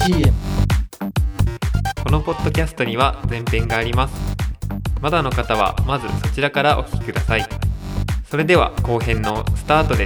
BGM。 このポッドキャストには前編があります。まだの方はまずそちらからお聞きください。それでは後編のスタートです。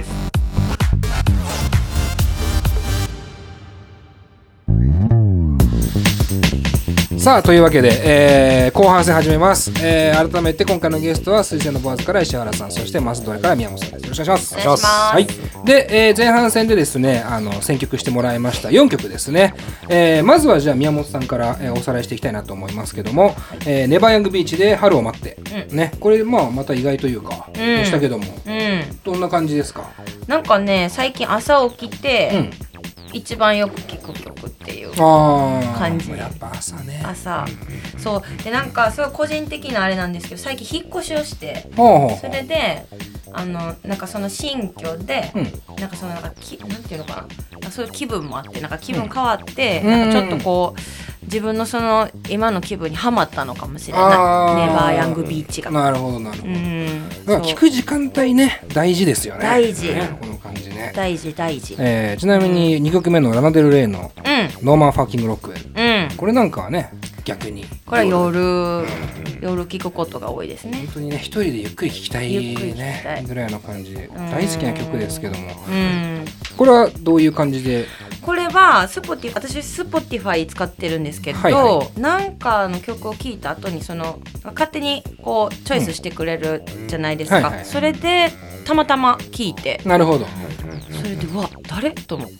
さあというわけで、後半戦始めます。改めて今回のゲストは水星のボアズから石原さん、そしてマスドレから宮本さんです。よろしくお願いします。 お願いします。 はい。で、前半戦でですね、選曲してもらいました4曲ですね。まずはじゃあ宮本さんから、おさらいしていきたいなと思いますけども、ネバーヤングビーチで春を待って、ね、これまた意外というか、でしたけども、どんな感じですか？ なんかね、最近朝起きて、一番よく聴く曲っていう感じ。 やっぱ朝ね。 朝、そうで、なんかすごい個人的なあれなんですけど、最近引っ越しをして、それでなんかその新居で、なんかそのなんていうのかな、そういう気分もあって、なんか気分変わって、なんかちょっとこう自分のその今の気分にはまったのかもしれない。ネバーヤングビーチが。なるほどなるほど。聞く時間帯ね、大事ですよね。大事。この感じね。大事。ちなみに2曲目のラナデルレイのノーマンファーキングロックウェル、これなんかはね、逆にこれは夜聴くことが多いですね。 本当にね、一人でゆっくり聴きたいねぐらいの感じで、大好きな曲ですけども、これはどういう感じで？ これは私Spotify 使ってるんですけど、なんかの曲を聴いた後にその勝手にこうチョイスしてくれるじゃないですか。それでたまたま聴いて、 なるほど。 それで誰と思って、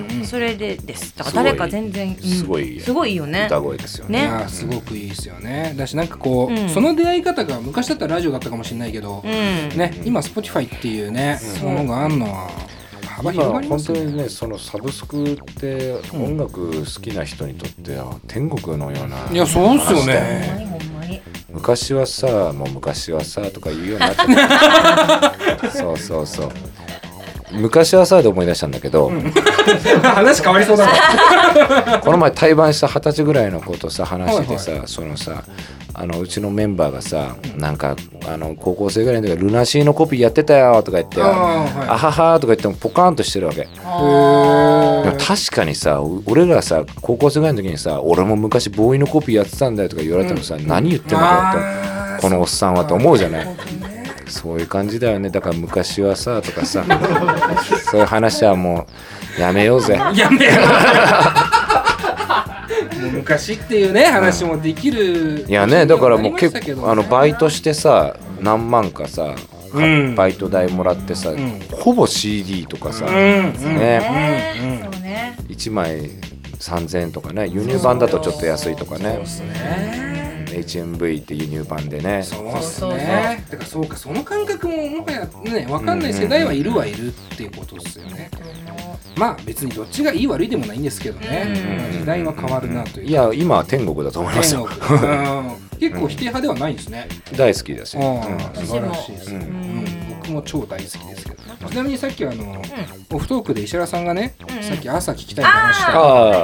それでです。だから誰か全然すごいよね。 歌声ですよね。 いやすごくいいですよね。だしなんかこう、その出会い方が昔だったらラジオだったかもしれないけど、ね、今 Spotify っていうね、ものがあるのは幅広がりますね。 本当にね、そのサブスクって音楽好きな人にとっては天国のような。 いや、そうっすよね。 昔はさとか言うようになっちゃったそう昔はさで思い出したんだけど、 話変わりそうだな。 この前対バンした20歳ぐらいの子とさ話しててさ、そのさうちのメンバーがさ、なんか高校生ぐらいの時ルナシーのコピーやってたよとか言って、あははとか言ってもポカーンとしてるわけ。でも確かにさ、俺らさ高校生ぐらいの時にさ、俺も昔ボーイのコピーやってたんだよとか言われてもさ、何言ってんのかってこのおっさんはと思うじゃない。そういう感じだよね。だから昔はさとかさそういう話はもうやめようぜ。 やめよう。もう昔っていうね話もできる。 いやね、だからもう結構バイトしてさ何万かさ、バイト代もらってさ、ほぼ CD とかさ、ね、1枚3000円とかね、輸入版だとちょっと安いとかね。HMV って輸入版でね。 そうですね。だからそうか、その感覚ももはやね、分かんない世代はいるっていうことですよね。まあ別にどっちがいい悪いでもないんですけどね、時代は変わるなという。 いや今は天国だと思いますよ。 結構否定派ではないですね。 大好きだし、 素晴らしいです。僕も超大好きですけど。ちなみにさっきオフトークで石原さんがね、さっき朝聞きたいって話した。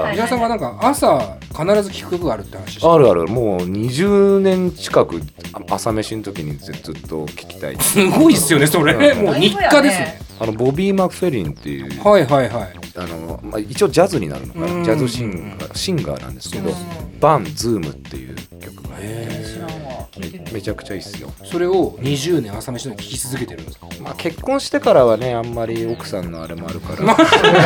石原さんがなんか朝必ず聞く曲があるって話して。 あるもう20年近く朝飯の時にずっと聞きたい。 すごいっすよねそれ。もう日課ですね。 ボビー・マクフェリンっていう、一応ジャズになるのかな、ジャズシンガーなんですけど、バン・ズームっていう曲がめちゃくちゃいいっすよ。 それを20年朝飯の聴き続けてるんですか？ 結婚してからはね、あんまり奥さんのあれもあるから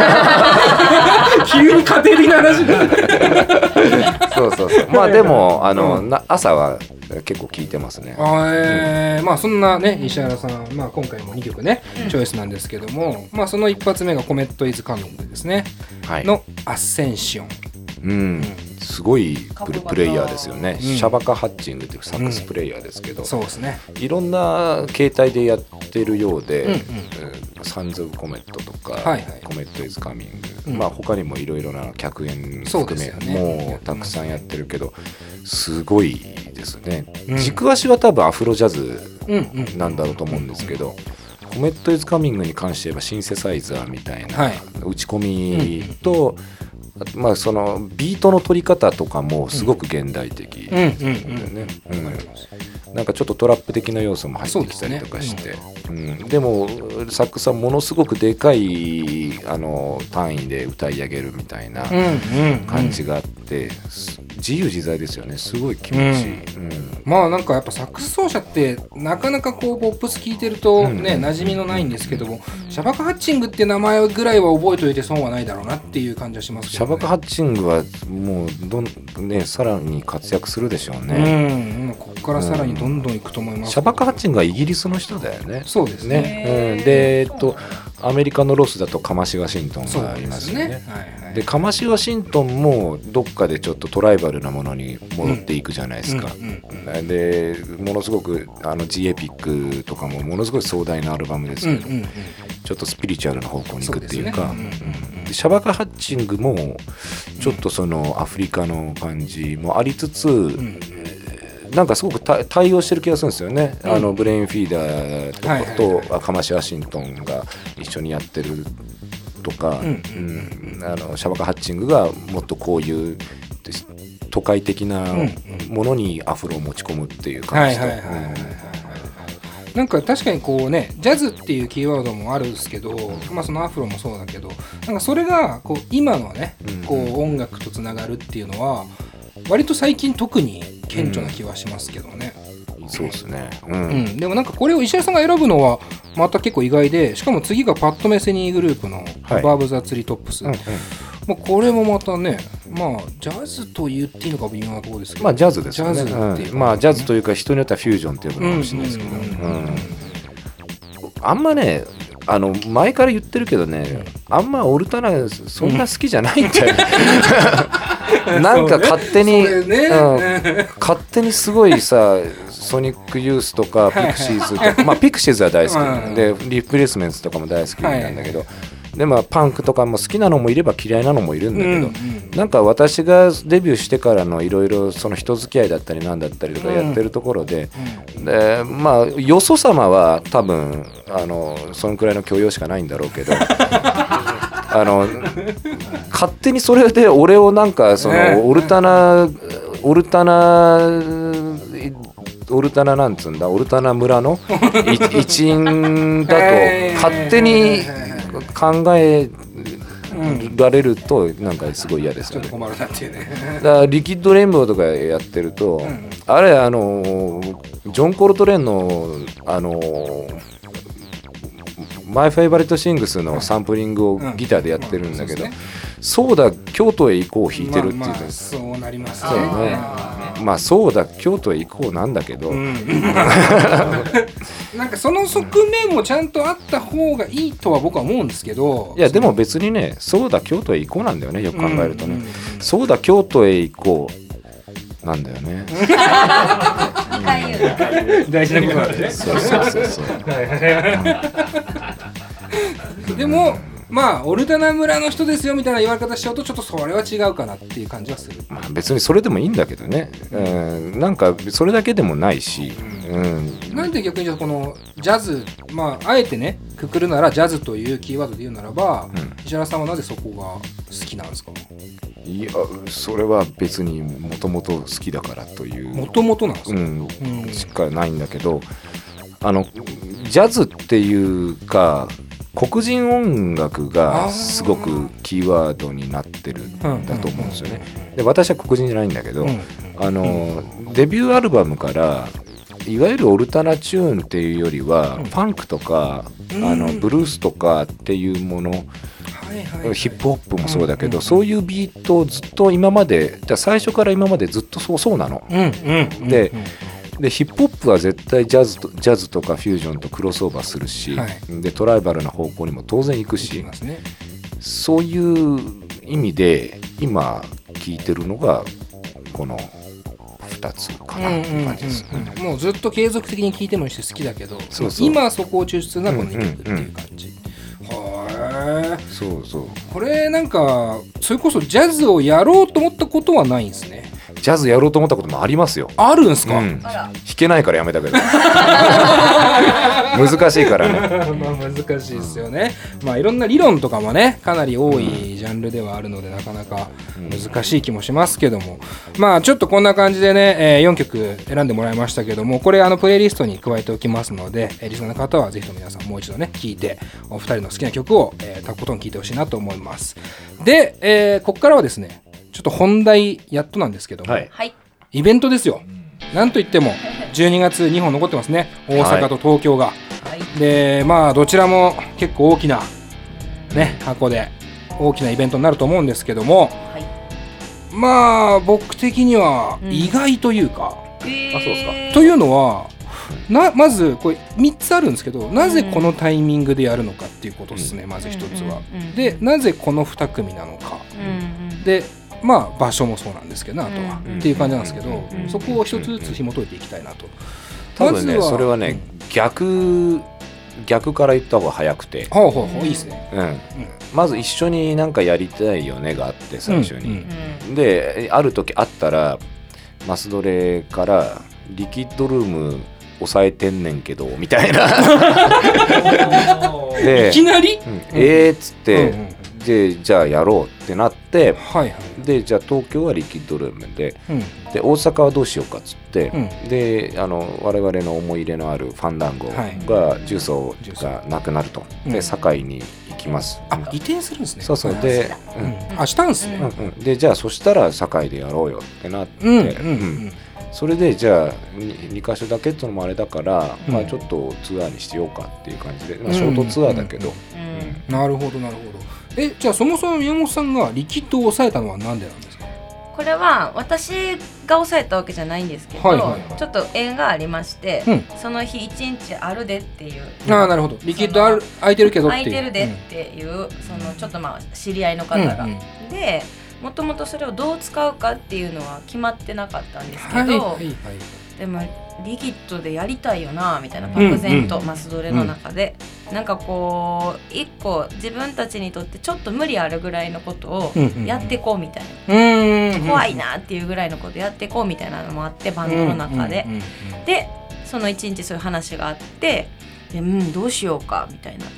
急に家庭的な話だ。 そうまあでも朝は結構聞いてますね。 まあそんなね石原さん、今回も2曲ね、チョイスなんですけども、その一発目がコメットイズカミングですね、のアッセンション。 すごいプレイヤーですよね。シャバカ・ハッチングっていうサックスプレイヤーですけど、 そうですね、 いろんな形態でやってるようで、サンズ・オブ・コメットとか、コメット・イズ・カミング、他にもいろいろな客演含めもうたくさんやってるけど、すごいですね。軸足は多分アフロジャズなんだろうと思うんですけど、コメット・イズ・カミングに関して言えばシンセサイザーみたいな打ち込みとまあそのビートの取り方とかもすごく現代的だよね。なんかちょっとトラップ的な要素も入ってきたりとかして、でもサックスはものすごくでかい単位で歌い上げるみたいな感じがあって、自由自在ですよね。すごい気持ちいい。 まあなんかやっぱサックス奏者ってなかなかこうポップス聴いてるとね、馴染みのないんですけども、シャバカ・ハッチングっていう名前ぐらいは覚えておいて損はないだろうなっていう感じはしますけどね。 シャバカ・ハッチングはもうさらに活躍するでしょうね。 ここからさらにどんどんいくと思います。 シャバカ・ハッチングはイギリスの人だよね。 そうですね。 でアメリカのロスだとカマシ・ワシントンがいますよね。でカマシ・ワシントンもどっかでちょっとトライバルなものに戻っていくじゃないですか。でものすごくGエピックとかもものすごい壮大なアルバムですけど、ちょっとスピリチュアルな方向に行くっていうか、シャバカ・ハッチングもちょっとそのアフリカの感じもありつつ、なんかすごく対応してる気がするんですよね。ブレインフィーダーとカマシ・ワシントンが一緒にやってるとか、シャバカ・ハッチングがもっとこういう都会的なものにアフロを持ち込むっていう感じと、 なんか確かにこうね、ジャズっていうキーワードもあるんですけど、まあそのアフロもそうだけど、なんかそれがこう今のね、こう音楽とつながるっていうのは割と最近特に顕著な気はしますけどね。 そうですね。 でもなんかこれを石原さんが選ぶのはまた結構意外で、しかも次がパッド・メセニーグループのバーブ・ザ・ツリートップス。これもまたね、まあジャズと言っていいのか微妙なところですけど、 まあジャズですよね。 ジャズっていうまあジャズというか人によってはフュージョンっていうのかもしれないですけど、あんまね、前から言ってるけどね、あんまオルタナそんな好きじゃないんだよね。なんか勝手に、勝手にすごいさ、ソニックユースとかピクシーズとか、まあピクシーズは大好きで、リプレイスメントとかも大好きなんだけど、でまあパンクとかも好きなのもいれば嫌いなのもいるんだけど、なんか私がデビューしてからのいろいろその人付き合いだったりなんだったりとかやってるところで、でまあよそ様は多分そのくらいの許容しかないんだろうけど。勝手にそれで俺をなんかそのオルタナなんつうんだ、オルタナ村の一員だと勝手に考えられるとなんかすごい嫌ですよね。 ちょっと困るなっていうね。 だからリキッドレインボーとかやってると、あれジョン・コルトレーンのマイ・フェイバリット・シングスのサンプリングをギターでやってるんだけど、そうだ京都へ行こう弾いてるっていう、 そうなりますね。まあそうだ京都へ行こうなんだけど、 なんかその側面もちゃんとあった方がいいとは僕は思うんですけど、 いやでも別にね、そうだ京都へ行こうなんだよね、よく考えるとね。そうだ京都へ行こうなんだよね。 大事なことなんですね。でもまあオルタナ村の人ですよみたいな言われ方しちゃうとちょっとそれは違うかなっていう感じはする。 まあ、別にそれでもいいんだけどね、なんかそれだけでもないし、 なんで逆にこのジャズ、まああえてねくくるならジャズというキーワードで言うならば、石原さんはなぜそこが好きなんですか？ いやそれは別にもともと好きだからというもともとなんですか？ しかないんだけど、ジャズっていうか黒人音楽がすごくキーワードになってるんだと思うんですよね。で私は黒人じゃないんだけど、デビューアルバムからいわゆるオルタナチューンっていうよりは、ファンクとかブルースとかっていうもの、ヒップホップもそうだけど、そういうビートをずっと今まで最初から今までずっとそうなの。でヒップホップは絶対ジャズとかフュージョンとクロスオーバーするし、でトライバルな方向にも当然行くし、そういう意味で今聴いてるのがこの2つかなっていう感じです。 もうずっと継続的に聴いてもいいし好きだけど、今そこを抽出するのはこの2曲っていう感じ。 そうそう。 これなんかそれこそジャズをやろうと思ったことはないんですね。 ジャズやろうと思ったこともありますよ。 あるんすか？ 弾けないからやめたけど難しいからねまあ難しいですよね。まあいろんな理論とかもねかなり多いジャンルではあるのでなかなか難しい気もしますけども、まあちょっとこんな感じでね、4曲選んでもらいましたけども、これプレイリストに加えておきますので、リスナーの方はぜひとも皆さんもう一度ね聴いてお二人の好きな曲を、とことん聴いてほしいなと思います。で、ここからはですねちょっと本題やっとなんですけども、 はいイベントですよ。なんといっても12月2本残ってますね、大阪と東京が、はい、でまあどちらも結構大きなね箱で大きなイベントになると思うんですけども、はい、まあ僕的には意外というか、 そうですか。 というのはまずこれ3つあるんですけど、なぜこのタイミングでやるのかっていうことですね、まず1つは。でなぜこの2組なのか、でまあ場所もそうなんですけど、あとはっていう感じなんですけど、そこを一つずつ紐解いていきたいなと。 多分ねそれはね、逆から言った方が早くて、 いいですね、 まず一緒になんかやりたいよねがあって最初に、である時あったらマスドレからリキッドルーム抑えてんねんけどみたいなでいきなり、 っつって、でじゃあやろうってなって、でじゃあ東京はリキッドルームで、で大阪はどうしようかっつって、で我々の思い入れのあるファンダンゴが重曹がなくなると、で堺に行きます。 移転するんですね。 そうで、 したんですね。 でじゃあそしたら堺でやろうよってなって、それでじゃあ 2カ所だけってのもあれだから、まあちょっとツアーにしようかっていう感じで、ショートツアーだけど。 なるほどなるほど。じゃあそもそも宮本さんがリキッドを抑えたのはなんでなんですか？ これは私が抑えたわけじゃないんですけど、ちょっと縁がありまして、その日1日あるでっていう。 なるほど。リキッド空いてるけどっていう。 空いてるでっていう、そのちょっとまあ知り合いの方が、でもともとそれをどう使うかっていうのは決まってなかったんですけど、でもリキッドでやりたいよなみたいな、漠然とマスドレの中で、なんかこう一個自分たちにとってちょっと無理あるぐらいのことをやっていこうみたいな、怖いなっていうぐらいのことやっていこうみたいなのもあって、バンドの中で、でその一日そういう話があって、でどうしようかみたいになって、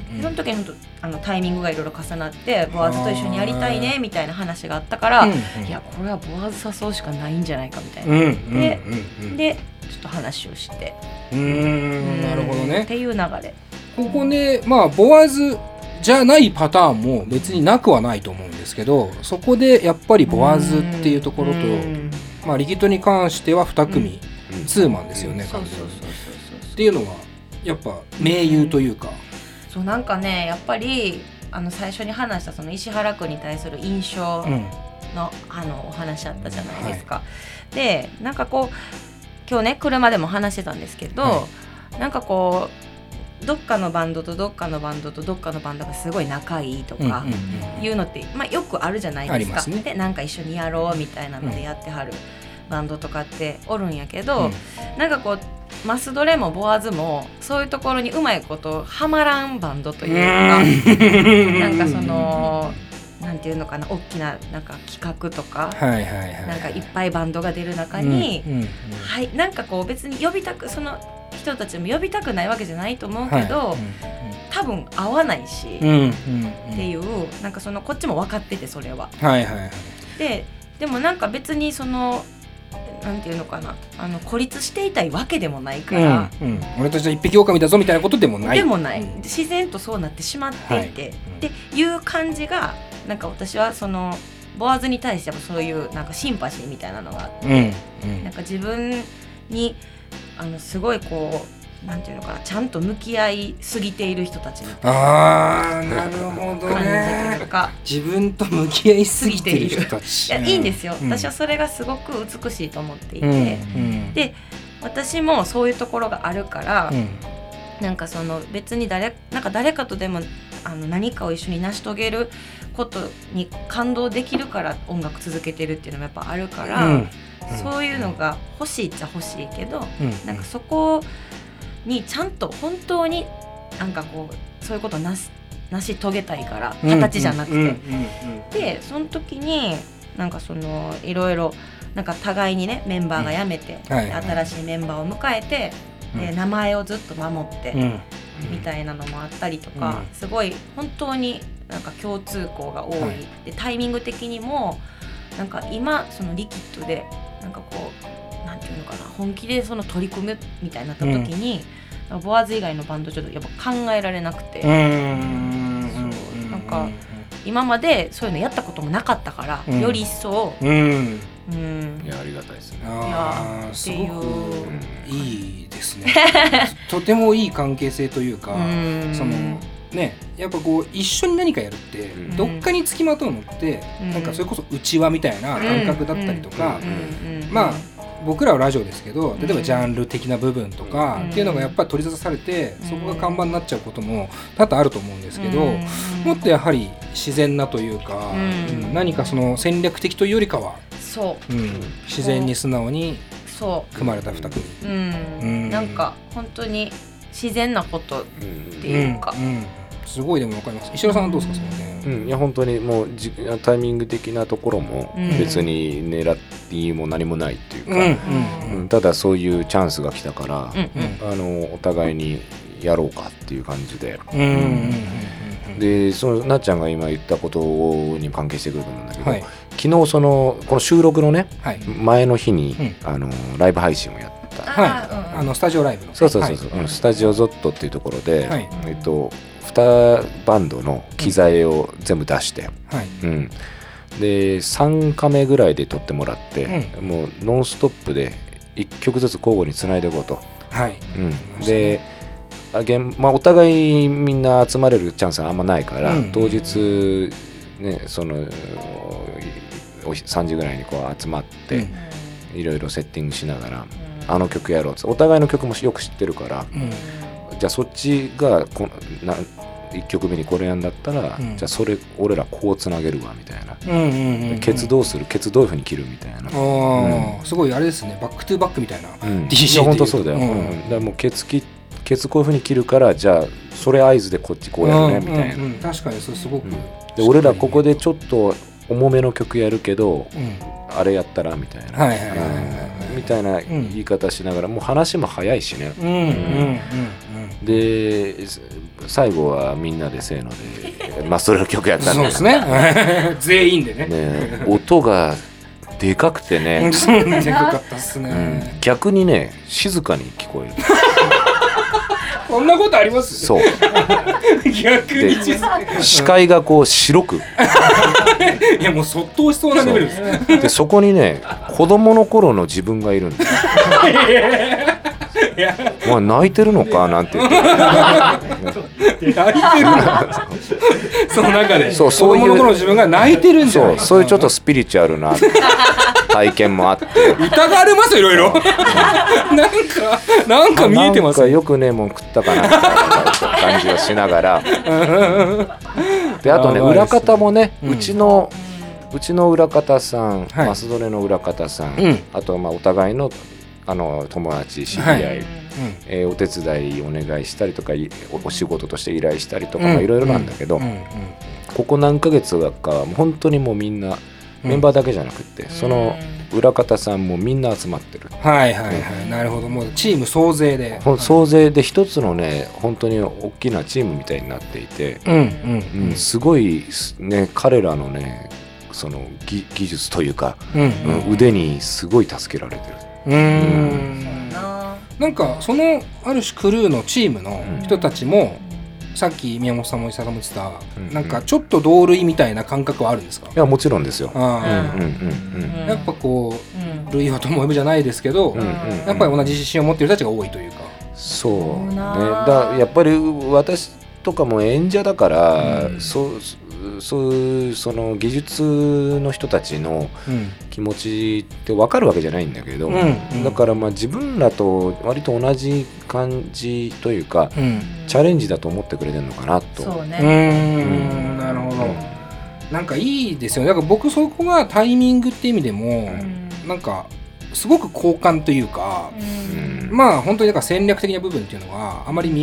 その時にタイミングがいろいろ重なって、ボワーズと一緒にやりたいねみたいな話があったから、いやこれはボワーズ誘うしかないんじゃないかみたいな、でちょっと話をして、 なるほどねっていう流れ。 ここでまあボワーズじゃないパターンも別になくはないと思うんですけど、そこでやっぱりボワーズっていうところと、まあリキッドに関しては2組、ツーマンですよね、完全にっていうのはやっぱ盟友というか、 そうなんかね、やっぱり最初に話したその石原君に対する印象の、お話あったじゃないですか、でなんかこう今日ね車でも話してたんですけど、なんかこうどっかのバンドとどっかのバンドとどっかのバンドがすごい仲いいとかいうのって、まあ、よくあるじゃないですか。でなんか一緒にやろうみたいなのでやってはるバンドとかっておるんやけど、なんかこうマスドレもボワーズもそういうところにうまいことはまらんバンドというか、なんかそのなんていうのかな、大きななんか企画とか、なんかいっぱいバンドが出る中に、なんかこう別にその人たちも呼びたくないわけじゃないと思うけど、多分合わないし、っていうなんかそのこっちも分かってて、それは。でもなんか別にそのなんていうのかな、孤立していたいわけでもないから、 俺たちは一匹狼だぞみたいなことでもない、 自然とそうなってしまっていて、っていう感じがなんか私はそのボワーズに対してもそういうなんかシンパシーみたいなのがあって、なんか自分にすごいこうなんていうのかな、ちゃんと向き合いすぎている人たちみたいな、 なるほどね、自分と向き合いすぎている人たち。 いやいいんですよ、私はそれがすごく美しいと思っていて、で私もそういうところがあるから、なんかその別に誰かとでも何かを一緒に成し遂げることに感動できるから音楽続けてるっていうのもやっぱあるから、そういうのが欲しいっちゃ欲しいけど、なんかそこにちゃんと本当になんかこうそういうことを成し遂げたいから、形じゃなくて、でその時になんかそのいろいろなんか互いにねメンバーが辞めて、新しいメンバーを迎えて、名前をずっと守って、みたいなのもあったりとか、すごい本当になんか共通項が多い、でタイミング的にもなんか今そのリキッドでなんかこうなんていうのかな、本気でその取り組むみたいになった時に、ボアーズ以外のバンドちょっとやっぱ考えられなくて、なんか今までそういうのやったこともなかったから、より一層、 いやありがたいですね。 すごくいいですね。とてもいい関係性というか、そのね、やっぱこう一緒に何かやるって、どっかにつきまとうのって、なんかそれこそ内輪みたいな感覚だったりとか、まあ僕らはラジオですけど、例えばジャンル的な部分とかっていうのがやっぱり取り沙汰されて、そこが看板になっちゃうことも多々あると思うんですけど、もっとやはり自然なというか、何かその戦略的というよりかは、自然に素直に組まれた2組、 なんか本当に自然なことっていうか、 すごいでも分かります。石原さんはどうですか、そのね。 いや本当にもうタイミング的なところも別に狙いも何もないっていうか、ただそういうチャンスが来たから、お互いにやろうかっていう感じで、でそのなっちゃんが今言ったことに関係してくると思うんだけど、昨日この収録のね、前の日にライブ配信をやった、 スタジオライブの、 そうスタジオゾットっていうところで、2バンドの機材を全部出して、で3カメぐらいで撮ってもらって、もうノンストップで1曲ずつ交互につないでいこうと、でお互いみんな集まれるチャンスがあんまないから、当日ね、その3時ぐらいにこう集まって、いろいろセッティングしながら、あの曲やろうって、お互いの曲もよく知ってるから、じゃあそっちが1曲目にこれやんだったら、じゃあそれ俺らこうつなげるわみたいな、ケツどうする、ケツどういうふうに切るみたいな、 すごいあれですね、バックトゥーバックみたいな、 DJ 本当そうだよ、だからもうケツこういうふうに切るから、じゃあそれ合図でこっちこうやるねみたいな、 確かにそれすごく、 で俺らここでちょっと重めの曲やるけど、あれやったらみたいな、みたいな言い方しながら、もう話も早いしね、で最後はみんなでせーのでそれの曲やったんだよ。 そうですね全員でね、 音がでかくてね、 でかかったっすね、 逆にね静かに聞こえる。 そんなことあります？ そう。 逆に視界がこう白く。 いやもうそっと押しそうなレベルです。 でそこにね、子供の頃の自分がいるんです。まあ泣いてるのかなんて言って。 泣いてるその中で。そう、子供の頃の自分が泣いてるんじゃない。 そういうちょっとスピリチュアルな体験もあって。 疑われますよ、いろいろ。なんか見えてます。 なんかよくねもう食ったかなみたいな感じをしながら。であとね裏方もね、うちの裏方さん、マスドレの裏方さん、あとお互いの友達知り合い、お手伝いお願いしたりとか、お仕事として依頼したりとかいろいろなんだけど、ここ何ヶ月か本当にもうみんなメンバーだけじゃなくて、その裏方さんもみんな集まってる。 なるほど、もうチーム総勢で総勢で一つのね本当に大きなチームみたいになっていて、すごいね彼らのねその技術というか、腕にすごい助けられてる。 なんかそのある種クルーのチームの人たちも、さっき宮本さんも伊佐さんも言ってた、なんかちょっと同類みたいな感覚はあるんですか？ いやもちろんですよ。 やっぱこう類は友を呼ぶじゃないですけど、やっぱり同じ自信を持っている人たちが多いというか。 そうね。やっぱり私とかも演者だから、その技術の人たちの気持ちって分かるわけじゃないんだけど、だから自分らと割と同じ感じというか、チャレンジだと思ってくれてるのかなと。 そうね。 なるほど。なんかいいですよね。だから僕そこがタイミングって意味でも、なんかすごく好感というか、本当になんか戦略的な部分っていうのはあまり見えない。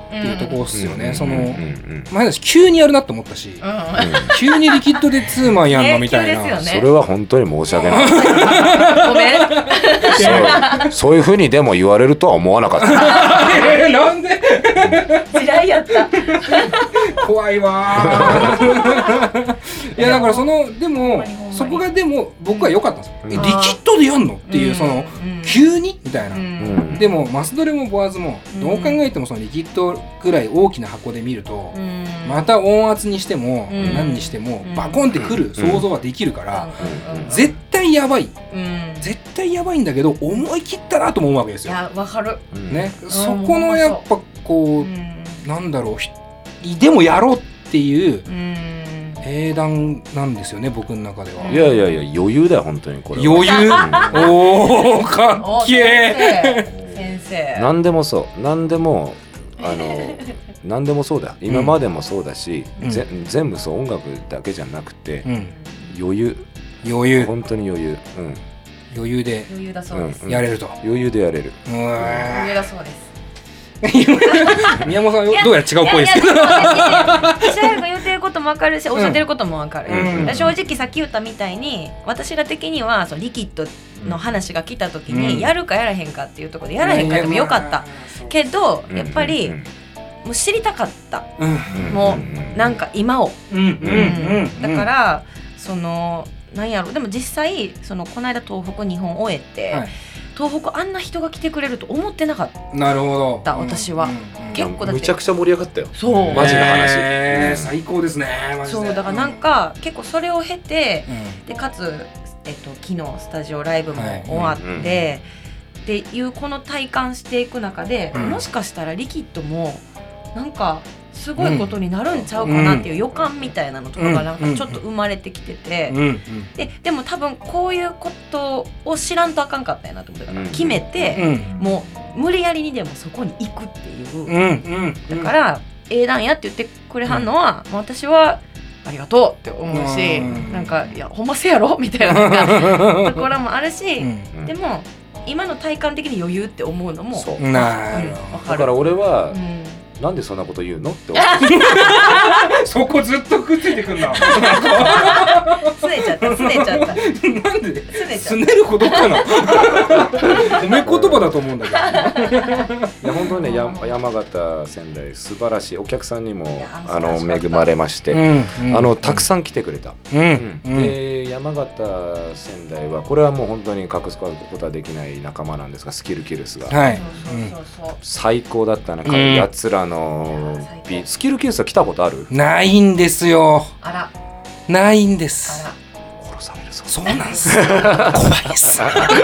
っていうところっすよね。その前だし急にやるなと思ったし、急にリキッドでツーマンやんのみたいな。 それは本当に申し訳ない。 ごめん。 そういう風にでも言われるとは思わなかった。 なんで？ 地雷やった。 怖いわ。いやだからでもそこがでも僕は良かったんですよ。リキッドでやんのっていうその急にみたいな。でもマスドレもボアーズもどう考えてもそのリキッドぐらい大きな箱で見るとまた音圧にしても何にしてもバコンってくる想像はできるから絶対やばい絶対やばいんだけど思い切ったなと思うわけですよ。 いやわかるね、そこのやっぱこうなんだろうでもやろうっていう英断なんですよね僕の中では。 いや余裕だよ本当にこれ余裕。おおかっけえ。先生。 何でもそう何でも何でもそうだ今までもそうだし、全部そう音楽だけじゃなくて、余裕本当に余裕、 余裕でだそうです、 やれると余裕でやれる余裕だそうです。 宮本さんどうやら違うっぽいですけど、 私が言ってることも分かるしおっしゃってることも分かる、正直さっき言ったみたいに私ら的にはそのリキッドの話が来た時にやるかやらへんかっていうところでやらへんかでもよかったけどやっぱりもう知りたかった、もうなんか今を、だからそのなんやろでも実際この間東北日本終えて、東北あんな人が来てくれると思ってなかった。 なるほど。 私は、結構だってめちゃくちゃ盛り上がったよ。 そうマジな話、 最高ですねマジで。 そうだからなんか、結構それを経て、でかつ、昨日スタジオライブも終わって、っていうこの体感していく中で、もしかしたらリキッドもなんかすごいことになるんちゃうかなっていう予感みたいなのとかがなんかちょっと生まれてきてて、でも多分こういうことを知らんとあかんかったやなと思って決めて、もう無理やりにでもそこに行くっていう、だから英断やって言ってくれはんのは、私はありがとうって思うし、なんかいやほんませやろみたいなところもあるし、でも今の体感的に余裕って思うのもそうなるほど。 だから俺は、なんでそんなこと言うのって思ってそこずっとくっついてくんな。 すねちゃったなんですねるほどかな。褒め言葉だと思うんだけど。 いや本当にね山形仙台素晴らしいお客さんにも恵まれまして、たくさん来てくれた、で山形仙台はこれはもう本当に隠すことはできない仲間なんですがスキルキルスが、最高だったな、やつらスキルキルスは来たことある？ ないんですよ。 あらないんです。 殺されるぞ。 そうなんです。怖いです。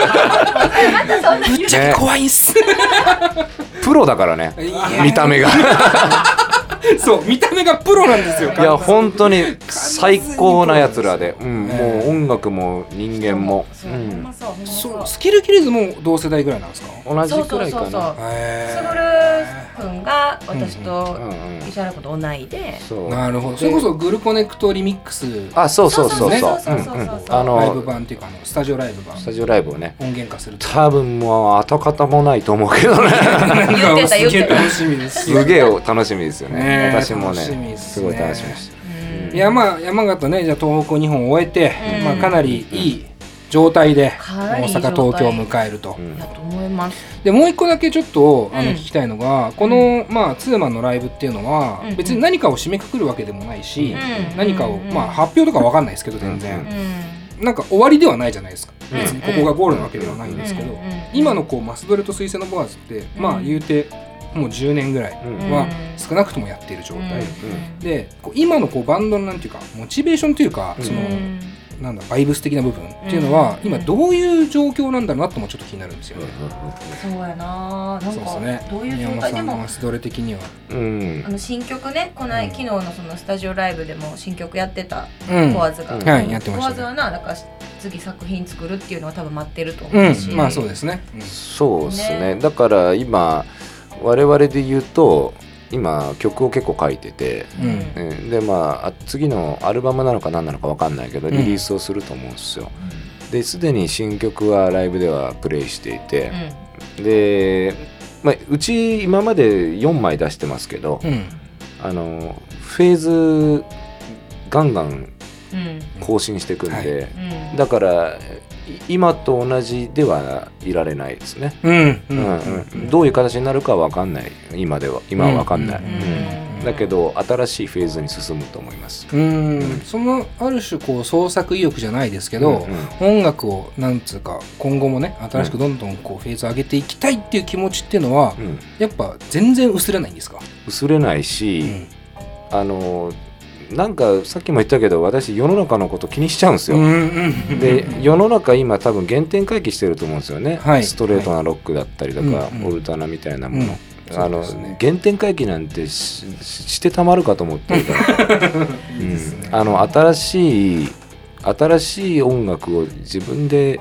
ぶっちゃけ怖いんす。 プロだからね、見た目が。 そう見た目がプロなんですよ。 いや本当に最高なやつらで、もう音楽も人間も、 そうスキルキルズも同世代ぐらいなんですか？ 同じくらいかな。 スグル君が私と石原君と同いで、 なるほど。それこそグルコネクトリミックス、ライブ版っていうかスタジオライブをね音源化する。 多分もう跡形もないと思うけどね。 言ってた楽しみです。 すげえ楽しみですよね。私もねすごい楽しみでした。 いやまあ山形ね、じゃあ東北2本終えて、かなりいい状態で大阪東京を迎えると。 だと思います。 でもう一個だけちょっと聞きたいのが、このツーマンのライブっていうのは別に何かを締めくくるわけでもないし、何かを発表とかわかんないですけど全然なんか終わりではないじゃないですか。別にここがゴールなわけではないんですけど、今のマスドレと水星のボアーズって言うてもう10年ぐらいは少なくともやっている状態で、今のバンドのなんていうかモチベーションというかなんだバイブス的な部分っていうのは今どういう状況なんだろうなともちょっと気になるんですよね。 そうやな、なんかどういう状態でもマスドレ的には新曲ね、昨日のそのスタジオライブでも新曲やってたコアズが、 やってましたね。 コアズはだから次作品作るっていうのは多分待ってると思うし、 まあそうですね。 そうですね。だから今我々で言うと今曲を結構書いてて、で次のアルバムなのか何なのか分かんないけどリリースをすると思うんですよ。ですでに新曲はライブではプレイしていて、でうち今まで4枚出してますけど、フェーズガンガン更新していくんで、だから今と同じではいられないですね。どういう形になるかは分かんない。今は分かんない。だけど新しいフェーズに進むと思います。 そのある種こう創作意欲じゃないですけど、音楽をなんつうか今後もね新しくどんどんこうフェーズ上げていきたいっていう気持ちっていうのは、やっぱ全然薄れないんですか？ 薄れないし、なんかさっきも言ったけど私世の中のこと気にしちゃうんですよ。で世の中今多分原点回帰してると思うんですよね。ストレートなロックだったりとか、オルタナみたいなもの。原点回帰なんて してたまるかと思ってるから新しい音楽を自分で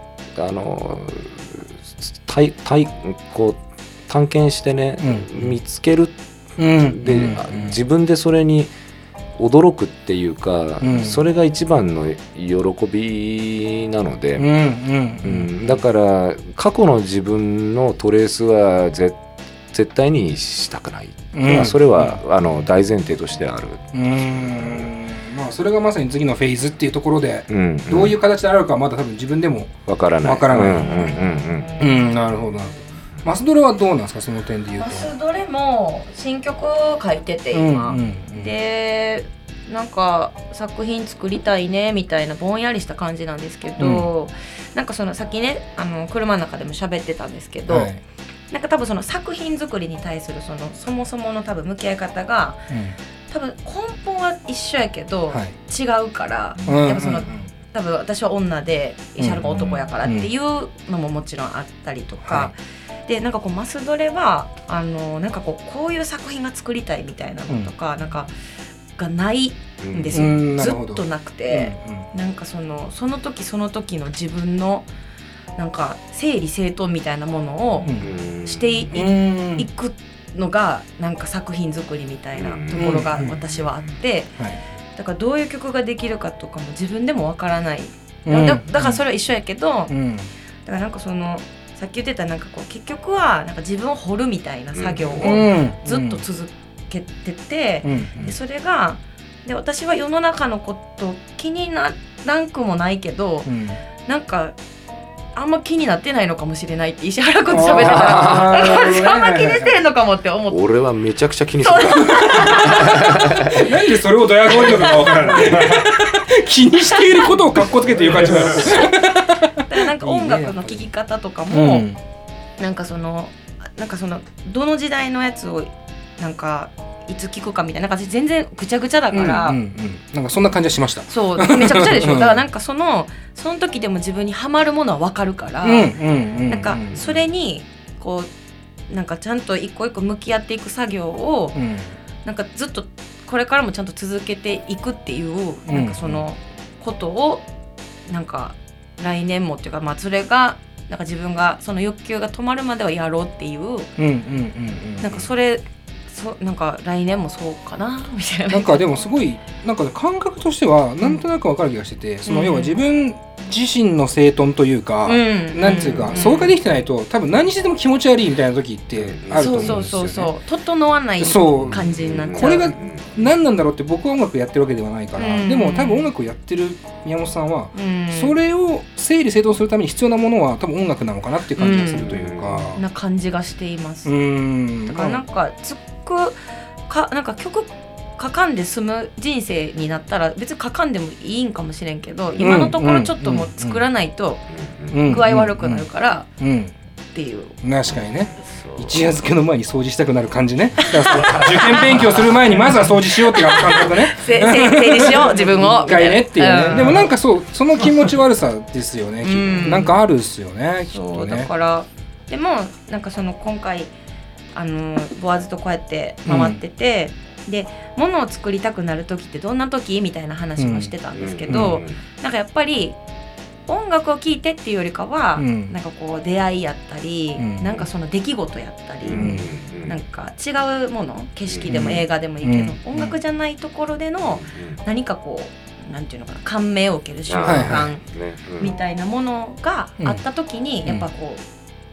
こう探検してね、見つける、で自分でそれに驚くっていうか、それが一番の喜びなので、だから過去の自分のトレースは絶対にしたくない、それは大前提としてある。 それがまさに次のフェーズっていうところで、どういう形であるかはまだ多分自分でもわからない。 なるほど。マスドレはどうなんですか、その点で言うと。 マスドレも新曲書いてて今、でなんか作品作りたいねみたいなぼんやりした感じなんですけど、なんかそのさっきね車の中でも喋ってたんですけど、なんか多分その作品作りに対するそもそもの多分向き合い方が、多分根本は一緒やけど、違うから、やっぱ多分私は女で石原が男やからっていうのももちろんあったりとか、でなんかこうマスドレはなんかこういう作品が作りたいみたいなのとか、なんかがないんですよ、ずっとなくて、なんかその時その時の自分のなんか整理整頓みたいなものをしていくのがなんか作品作りみたいなところが私はあって、だからどういう曲ができるかとかも自分でもわからない、だからそれは一緒やけど、だからなんかさっき言ってたなんかこう結局はなんか自分を掘るみたいな作業をずっと続けてて、でそれがで私は世の中のこと気にならんくもないけど、なんかあんま気になってないのかもしれないって石原君と喋ってたらあんま気にしてんのかもって思って、 俺はめちゃくちゃ気にするなんでそれをドヤ顔言うのか分からない気にしていることをかっこつけて言う感じなのだからなんか音楽の聴き方とかもなんかどの時代のやつをなんかいつ聞くかみたいな、なんか全然ぐちゃぐちゃだから、 なんかそんな感じはしました。 そうめちゃくちゃでしょだからなんかその時でも自分にハマるものは分かるから、なんかそれにこうなんかちゃんと一個一個向き合っていく作業を、なんかずっとこれからもちゃんと続けていくっていう、なんかそのことをなんか来年もっていうか、まあそれがなんか自分がその欲求が止まるまではやろうっていう、なんかそれなんか来年もそうかなみたいな。 なんかでもすごいなんか感覚としてはなんとなく分かる気がしてて、要は自分自身の整頓というか、なんていうか、それができてないと多分何してでも気持ち悪いみたいな時ってあると思うんですよね。 そう整わない感じになっちゃう。 これが何なんだろうって、僕は音楽やってるわけではないから、でも多分音楽をやってる宮本さんは、それを整理整頓するために必要なものは多分音楽なのかなっていう感じがするというか、 な感じがしています。だからなんかなんか曲書かんで済む人生になったら別に書かんでもいいんかもしれんけど、今のところちょっともう作らないと具合悪くなるからっていう。 確かにね、一夜漬けの前に掃除したくなる感じね。だから受験勉強する前にまずは掃除しようっていう感覚ね整理しよう自分を一回ねっていうね、でもなんかその気持ち悪さですよね、なんかあるっすよね、きっとね。 だからでもなんか今回ボワーズとこうやって回ってて、で物を作りたくなる時ってどんな時みたいな話もしてたんですけど、なんかやっぱり音楽を聴いてっていうよりかは、なんかこう出会いやったり、なんかその出来事やったり、なんか違うもの、景色でも映画でもいいけど、音楽じゃないところでの何かこうなんていうのかな、感銘を受ける瞬間みたいなものがあった時に、やっぱこう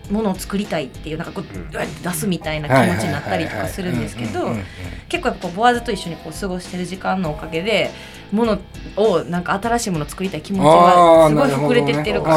ものを作りたいっていうなんかこうやって出すみたいな気持ちになったりとかするんですけど、結構やっぱボワーズと一緒にこう過ごしてる時間のおかげでものをなんか新しいものを作りたい気持ちがすごい膨れてってるから、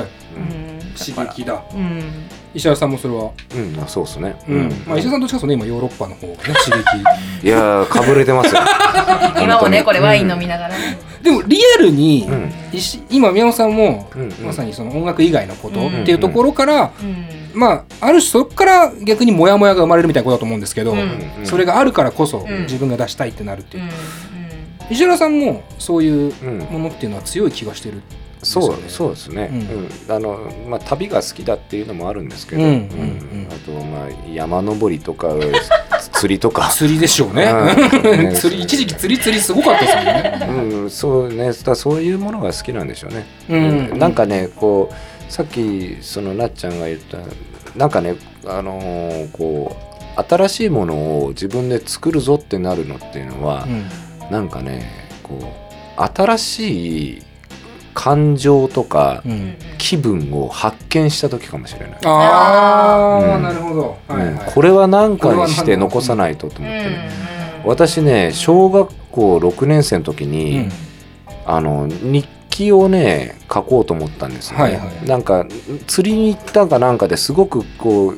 刺激だ。 うん石原さんもそれは、 そうですね。 まあ石原さんとしかそね今ヨーロッパの方がね刺激。 いやかぶれてますよ。 今もねこれワイン飲みながら。 でもリアルに今宮本さんもまさにその音楽以外のことっていうところからまあある種そこから逆にモヤモヤが生まれるみたいなことだと思うんですけど、それがあるからこそ自分が出したいってなるっていう。石原さんもそういうものっていうのは強い気がしてる。 そうですね。まあ旅が好きだっていうのもあるんですけど、あとまあ山登りとか釣りとか釣りでしょうね。釣り一時期釣りすごかったですよね。 そうね。そういうものが好きなんでしょうね。なんかねこうさっきそのなっちゃんが言ったなんかねこう新しいものを自分で作るぞってなるのっていうのは、なんかねこう新しい感情とか気分を発見した時かもしれない。 なるほど。 これは何かにして残さないとと思ってね。私ね小学校6年生の時に日記をね書こうと思ったんですよね。なんか釣りに行ったかなんかですごくこう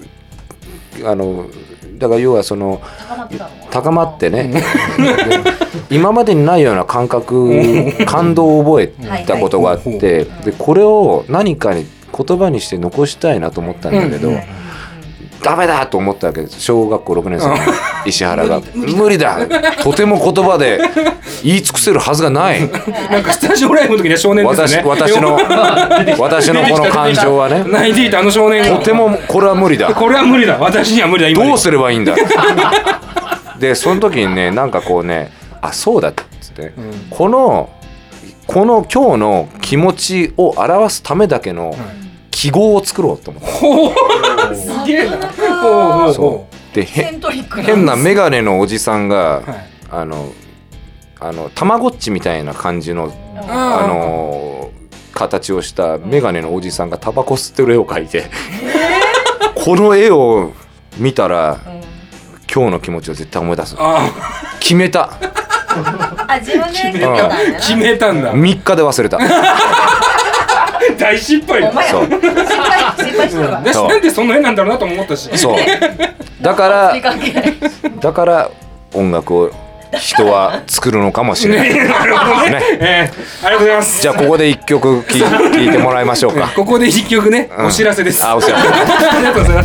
だから要はその高まってね今までにないような感動を覚えたことがあってでこれを何かに言葉にして残したいなと思ったんだけどダメだと思ったわけです。小学校6年生の石原が無理だとても言葉で言い尽くせるはずがないなんかスタジオライブの時には少年ですね。 私のこの感情はね泣いていた少年とてもこれは無理だ私には無理だ今どうすればいいんだでその時にねなんかこうねそうだっつって、この今日の気持ちを表すためだけの記号を作ろうと思って。 すげえな。 で変なメガネのおじさんが、たまごっちみたいな感じの形をしたメガネのおじさんがタバコ吸ってる絵を描いて、この絵を見たら、今日の気持ちを絶対思い出す。決めた。 自分で決めたんだ。 3日で忘れた。 大失敗。 そう失敗したわ。 私なんでそんな絵なんだろうなと思ったし。 そうだから音楽を人は作るのかもしれない。 なるほどね。ありがとうございます。 じゃあここで1曲聴いてもらいましょうか。 ここで1曲ね、お知らせです。 お知らせ。 ありがとうございます。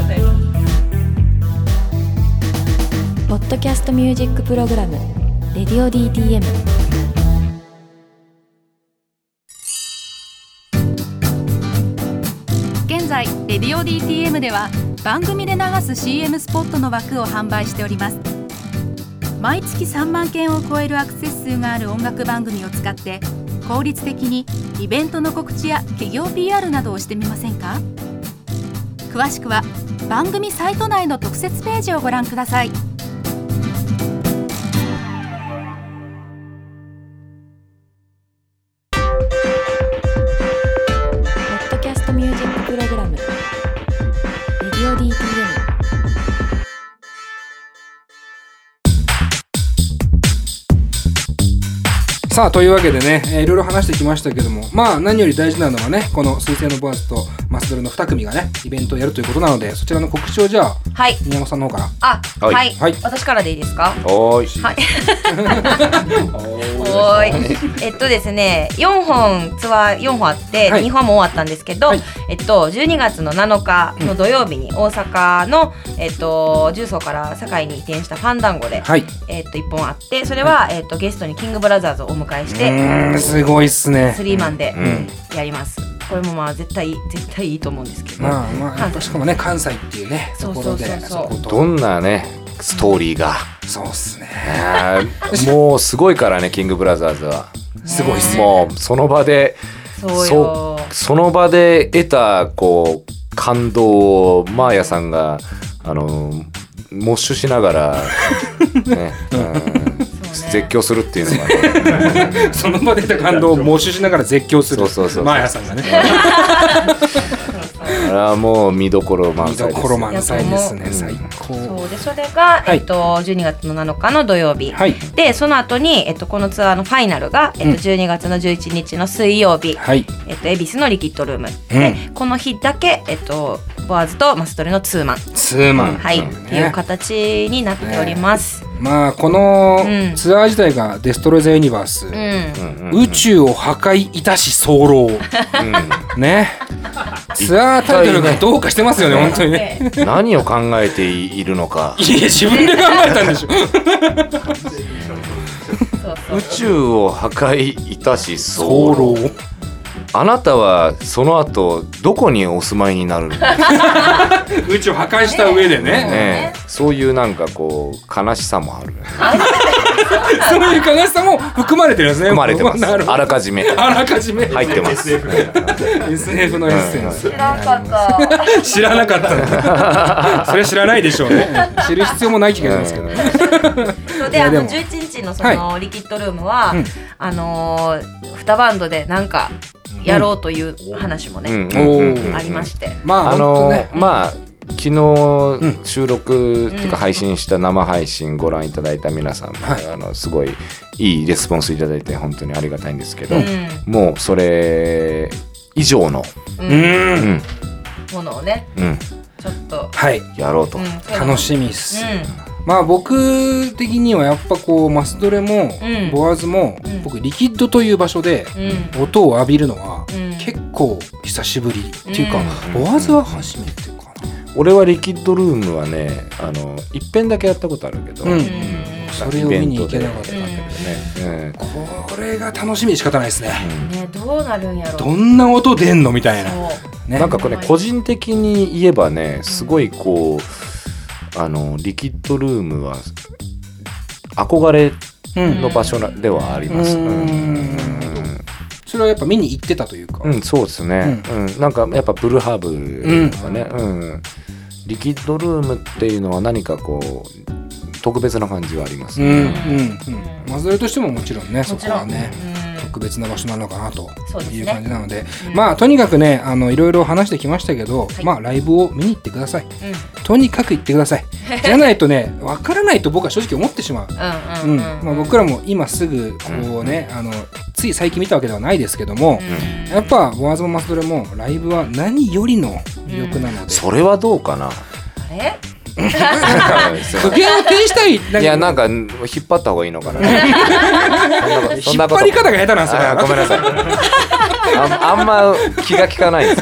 ポッドキャストミュージックプログラムレディオ DTM。 現在レディオ DTM では番組で流す CM スポットの枠を販売しております。毎月3万件を超えるアクセス数がある音楽番組を使って効率的にイベントの告知や企業 PR などをしてみませんか？詳しくは番組サイト内の特設ページをご覧ください。 ミュージックプログラムレディオ DTM。 さあというわけでね、いろいろ話してきましたけども、まあ何より大事なのはね、この水星のボアズとマスドルの2組がねイベントをやるということなので、そちらの告知をじゃあ、宮本さんの方から。 はい、私からでいいですか？ はい。 ですね、4本ツアー4本あって、2本も終わったんですけど、12月の7日の土曜日に大阪の重曹から堺に移転したファンダンゴで、1本あって、それは、ゲストにキングブラザーズをお迎えして、 すごいっすね。 スリーマンでやります。これもまあ絶対いいと思うんですけど、 しかもね関西っていうねところで、 どんなねストーリーが、 そうっすね。 もうすごいからね、キングブラザーズはすごいっすね。 もうその場でその場で得たこう感動をマーヤさんがモッシュしながらね、絶叫するっていうのが、 ね、その場で得た感動をモッシュしながら絶叫するマーヤさんがね。 はもう見どころ満載です。 見どころ満載ですね。最高。 そうでそれが、12月の7日の土曜日、はい、でその後に、このツアーのファイナルが、12月の11日の水曜日、はい、恵比寿のリキッドルーム、でこの日だけ、ボアーズとマストレのツーマン、はい、っていう形になっております。 まあこのツアー自体がデストロイザユニバース、宇宙を破壊いたし候、ね、ツアータイトルがどうかしてますよね、本当にね。 何を考えているのか。 いや自分で考えたんでしょ。 宇宙を破壊いたし候。あなたはその後どこにお住まいになるの？ 宇宙を破壊した上でね。 そういうなんかこう悲しさもある。 そういう悲しさも含まれてるんですね。 含まれてます。あらかじめ入ってます。 SF のエッセンス。 知らなかった。 知らなかった。それは知らないでしょうね。知る必要もない気がしますけど。 で11日のそのリキッドルームは2バンドでなんかやろうという話もね、ありまして、 まあ昨日収録っていうか配信した生配信ご覧いただいた皆さんも、すごいいいレスポンスいただいて本当にありがたいんですけど、もうそれ以上のものをね、ちょっとやろうと、 楽しみっす。まあ僕的にはやっぱこうマスドレもボアーズも僕リキッドという場所で音を浴びるのは結構久しぶりっていうか、ボアーズは初めてかな。 俺はリキッドルームはね一遍だけやったことあるけど、 それを見に行けなかったんだけどね。これが楽しみで仕方ないですね。 どうなるんやろ。 どんな音出んのみたいな。 なんかこれ個人的に言えばね、すごいこうリキッドルームは憧れの場所ではあります。 それはやっぱ見に行ってたというか。 そうですね。なんかやっぱブルーハーブとかね、リキッドルームっていうのは何かこう特別な感じはありますね。 マズレとしてももちろんね、そこはね特別な場所なのかなという感じなので、まあとにかくねいろいろ話してきましたけど、まあライブを見に行ってください。とにかく行ってください。じゃないとね分からないと僕は正直思ってしまう。まあ僕らも今すぐこうねつい最近見たわけではないですけども、やっぱボアーズもマスドレもライブは何よりの魅力なので。 それはどうかな。 苦言を呈したい。 いやなんか引っ張った方がいいのかな。 引っ張り方が下手なんですよ。 ごめんなさい。あんま気が利かないです。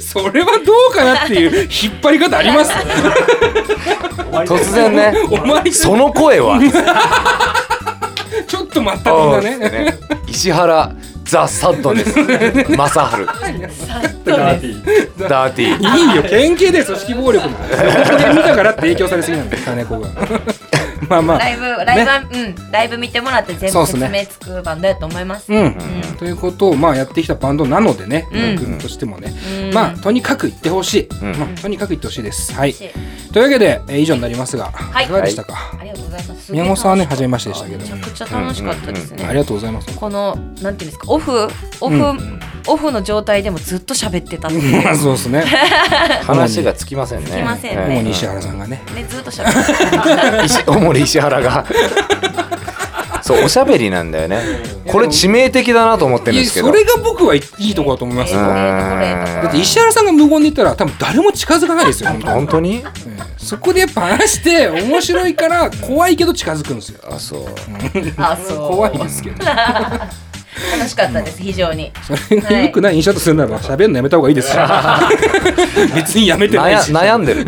それはどうかなっていう引っ張り方あります。 突然ね。その声は。 ちょっと待ったみんなね。 石原ザ・サッドです。正治。ダーティー。 いいよ、県警で組織暴力の。見たからって影響されすぎなんだよ、金子が。まあまあ。 ライブ見てもらって全部説明つくバンドやと思います。 ということをまあやってきたバンドなのでね、僕としてもね、まあとにかく行ってほしい。とにかく行ってほしいです。はい。というわけで以上になりますが、いかがでしたか。 ありがとうございます。 宮本さんはね初めましてでしたけど、 めちゃくちゃ楽しかったですね。 ありがとうございます。 このなんていうんですか、オフの状態でもずっと喋ってたっていう。 そうですね。 話がつきませんね。 つきませんね。 主に石原さんがね。 ずっと喋ってた。 主に石原が。そうおしゃべりなんだよね。これ致命的だなと思ってるんですけど。 それが僕はいいところだと思いますよ。だって石原さんが無言で言ったら多分誰も近づかないですよ。 本当に？ そこでやっぱ話して面白いから怖いけど近づくんですよ。 あそう。 怖いですけど。 楽しかったです、非常に。 それが良くない印象とするならば喋るのやめた方がいいですよ。別にやめてないし。 悩んでる。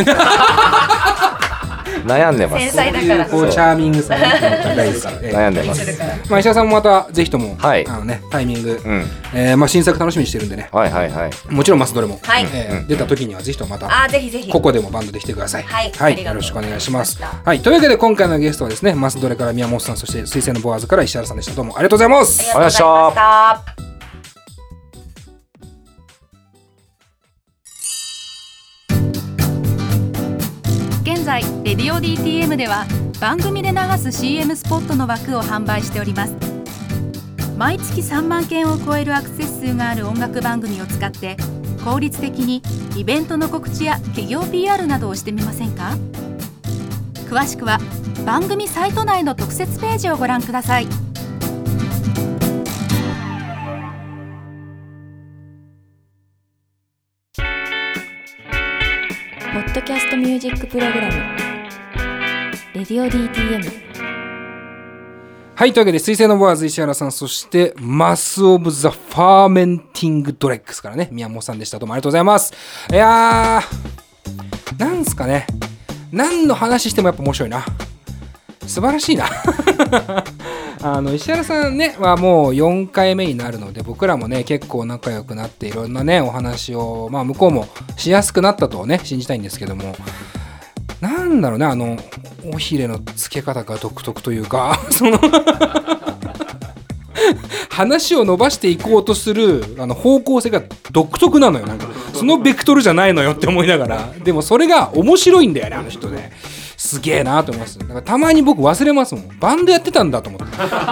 悩んでます。 繊細だから。 こうチャーミングさ大好き。 悩んでます。 まあ石田さんもまたぜひともタイミングまあ新作楽しみにしてるんでね。もちろんマスドレも出た時にはぜひともまたここでもバンドで来てください。はい、よろしくお願いします。はい、というわけで今回のゲストはですね、マスドレから宮本さん、そして水星のボアーズから石原さんでした。どうもありがとうございます。 ありがとうございました。 現在レディオ DTM では番組で流す CM スポットの枠を販売しております。毎月3万件を超えるアクセス数がある音楽番組を使って効率的にイベントの告知や企業 PR などをしてみませんか？詳しくは番組サイト内の特設ページをご覧ください。 ポッドキャストミュージックプログラムレディオ DTM。 はい、というわけで水星のボアーズ石原さん、そしてマスオブザファーメンティングドレッグスからね、宮本さんでした。どうもありがとうございます。いやー、なんすかね、何の話してもやっぱ面白いな、素晴らしいな石原さんねはもう4回目になるので、僕らもね結構仲良くなっていろんなねお話を、向こうもしやすくなったとね信じたいんですけども、なんだろうね、おひれのつけ方が独特というかその話を伸ばしていこうとする方向性が独特なのよ。なんかそのベクトルじゃないのよって思いながら、でもそれが面白いんだよね、あの人ね。すげえなと思います。だからたまに僕忘れますもん、バンドやってたんだと思って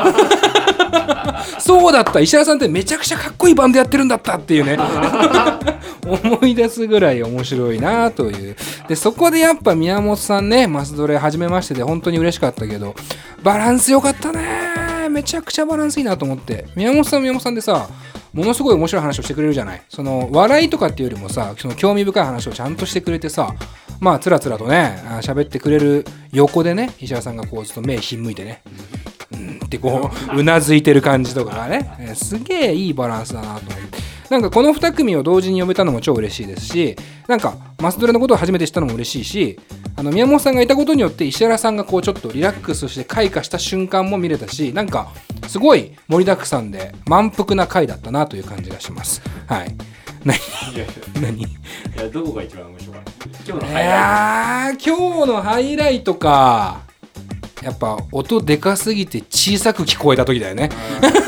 そうだった、石原さんってめちゃくちゃかっこいいバンドやってるんだったっていうね思い出すぐらい面白いなという。でそこでやっぱ宮本さんね、マスドレ初めましてで本当に嬉しかったけど、バランス良かったね、めちゃくちゃバランスいいなと思って。宮本さんでさ、ものすごい面白い話をしてくれるじゃない。その笑いとかっていうよりもさ、その興味深い話をちゃんとしてくれてさ、つらつらとね喋ってくれる横でね、石原さんがこうずっと目ひんむいてね、ってこううなずいてる感じとかがね、すげえいいバランスだなと思って、なんかこの2組を同時に読めたのも超嬉しいですし、なんかマスドレのことを初めて知ったのも嬉しいし、宮本さんがいたことによって石原さんがこうちょっとリラックスして開花した瞬間も見れたし、なんかすごい盛りだくさんで満腹な回だったなという感じがします。はい。何？いや、どこが一番面白かった？今日のハイライトか。やっぱ音でかすぎて小さく聞こえた時だよね。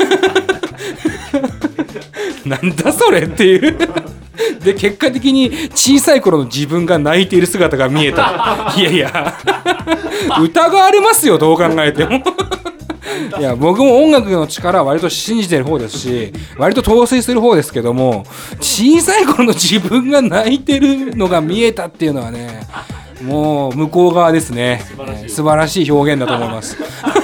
なんだそれっていうで結果的に小さい頃の自分が泣いている姿が見えた。いや疑われますよ、どう考えてもいや僕も音楽の力は割と信じてる方ですし、割と陶酔する方ですけども、小さい頃の自分が泣いてるのが見えたっていうのはね、もう向こう側ですね。素晴らしい表現だと思います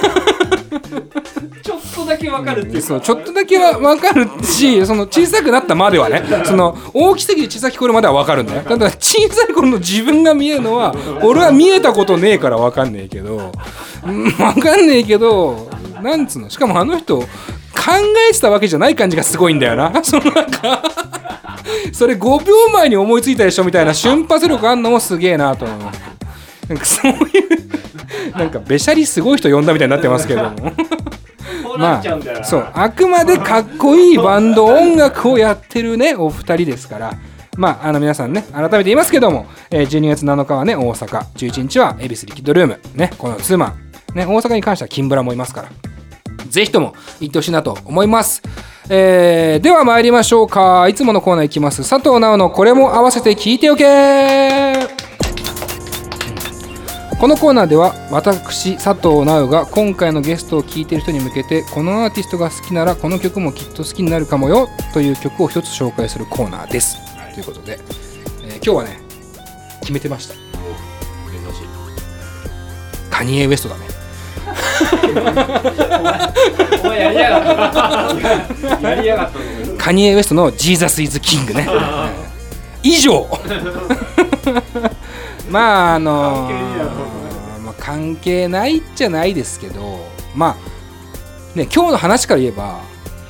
ちょっとだけわかるっていうか、 そうちょっとだけはわかるし、その小さくなったまではね、その大きすぎて小さく聞こえるまではわかるんだよ。ただ小さい頃の自分が見えるのは俺は見えたことねえからわかんねえけど、わかんねえけど、なんつうの、しかもあの人考えてたわけじゃない感じがすごいんだよな。そのなんかそれ5秒前に思いついたでしょみたいな瞬発力あんのもすげえなと思う。なんかそういうなんかべしゃりすごい人呼んだみたいになってますけどもそうあくまでかっこいいバンド音楽をやってるねお二人ですから、皆さんね改めて言いますけども、12月7日はね大阪、11日は恵比寿リキッドルームね、このツーマンね、大阪に関してはキンブラもいますから、ぜひとも行ってほしいなと思います。では参りましょうか。いつものコーナーいきます。佐藤直のこれも合わせて聞いておけ。このコーナーでは私佐藤直が今回のゲストを聴いている人に向けて、このアーティストが好きならこの曲もきっと好きになるかもよという曲を一つ紹介するコーナーです。ということで、今日はね決めてました。カニエ・ウェストだね。 お前やりやがった。 カニエ・ウェストのジーザス・イズ・キングね。以上関係ないっちゃないですけど、今日の話から言えば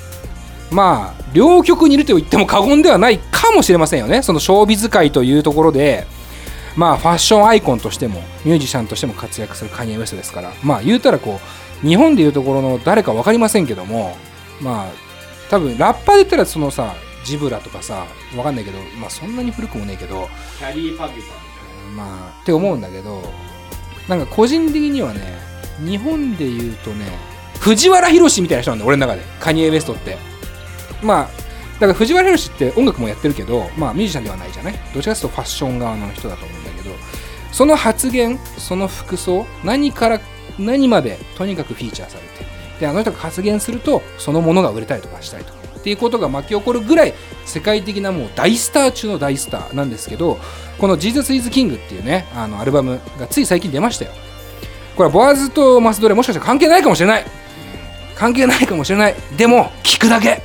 両極にいると言っても過言ではないかもしれませんよね。そのショービズ界というところでファッションアイコンとしてもミュージシャンとしても活躍するカニエ・ウェストですから、言うたらこう日本でいうところの誰か分かりませんけども、多分ラッパーで言ったらそのさジブラとかさ分かんないけど、そんなに古くもねえけどキャリーパビさんって思うんだけど、なんか個人的にはね日本でいうとね藤原宏みたいな人なんだよ俺の中で、カニエ・ウェストって。だから藤原宏って音楽もやってるけど、ミュージシャンではないじゃない。どちらかというとファッション側の人だと思うんだけど、その発言、その服装、何から何までとにかくフィーチャーされて、であの人が発言するとそのものが売れたりとかしたりとか、 っていうことが巻き起こるぐらい世界的なもう大スター中の大スターなんですけど、この Jesus is King っていうねアルバムがつい最近出ましたよ。これはボアズとマスドレもしかしたら関係ないかもしれない、でも聞くだけ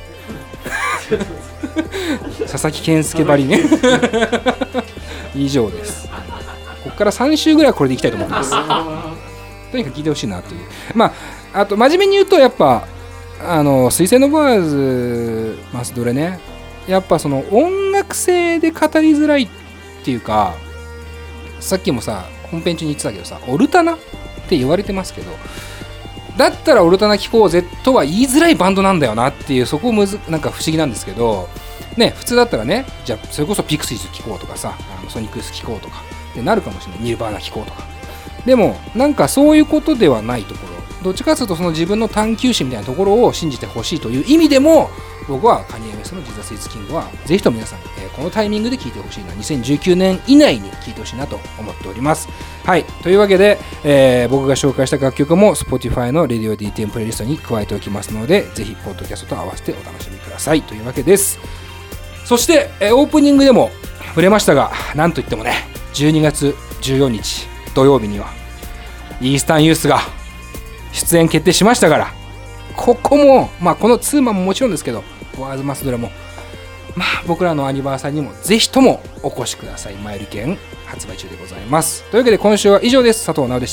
佐々木健介ばりね以上です。ここから3週ぐらいはこれでいきたいと思ってますとにかく聞いてほしいなという。あと真面目に言うとやっぱ水星のボアズマスドレね、やっぱその音楽性で語りづらいっていうか、さっきもさ本編中に言ってたけどさ、オルタナって言われてますけど、だったらオルタナ聴こうぜとは言いづらいバンドなんだよなっていう、そこなんか不思議なんですけどね。普通だったらね、じゃあそれこそピクシーズ聴こうとかさ、ソニックス聴こうとかってなるかもしれない、ニルバーナ聴こうとか。でもなんかそういうことではないところ、どっちかというとその自分の探求心みたいなところを信じてほしいという意味でも、僕はカニエ・ウェストの Jesus is King はぜひとも皆さん、このタイミングで聴いてほしいな、2019年以内に聴いてほしいなと思っております。はい、というわけで、僕が紹介した楽曲も Spotify の Radio DTM プレイリストに加えておきますので、ぜひポッドキャストと合わせてお楽しみくださいというわけです。そして、オープニングでも触れましたが、なんといってもね、12月14日土曜日にはイースタンユースが出演決定しましたから、ここも、このツーマンももちろんですけど、ボアーズマスドラも、僕らのアニバーサリーにもぜひともお越しください。前売り券発売中でございます。というわけで今週は以上です。佐藤直でした。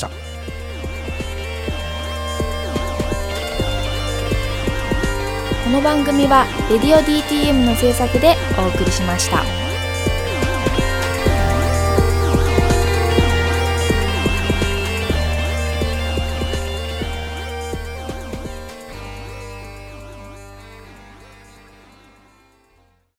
この番組はレディオ DTM の制作でお送りしました。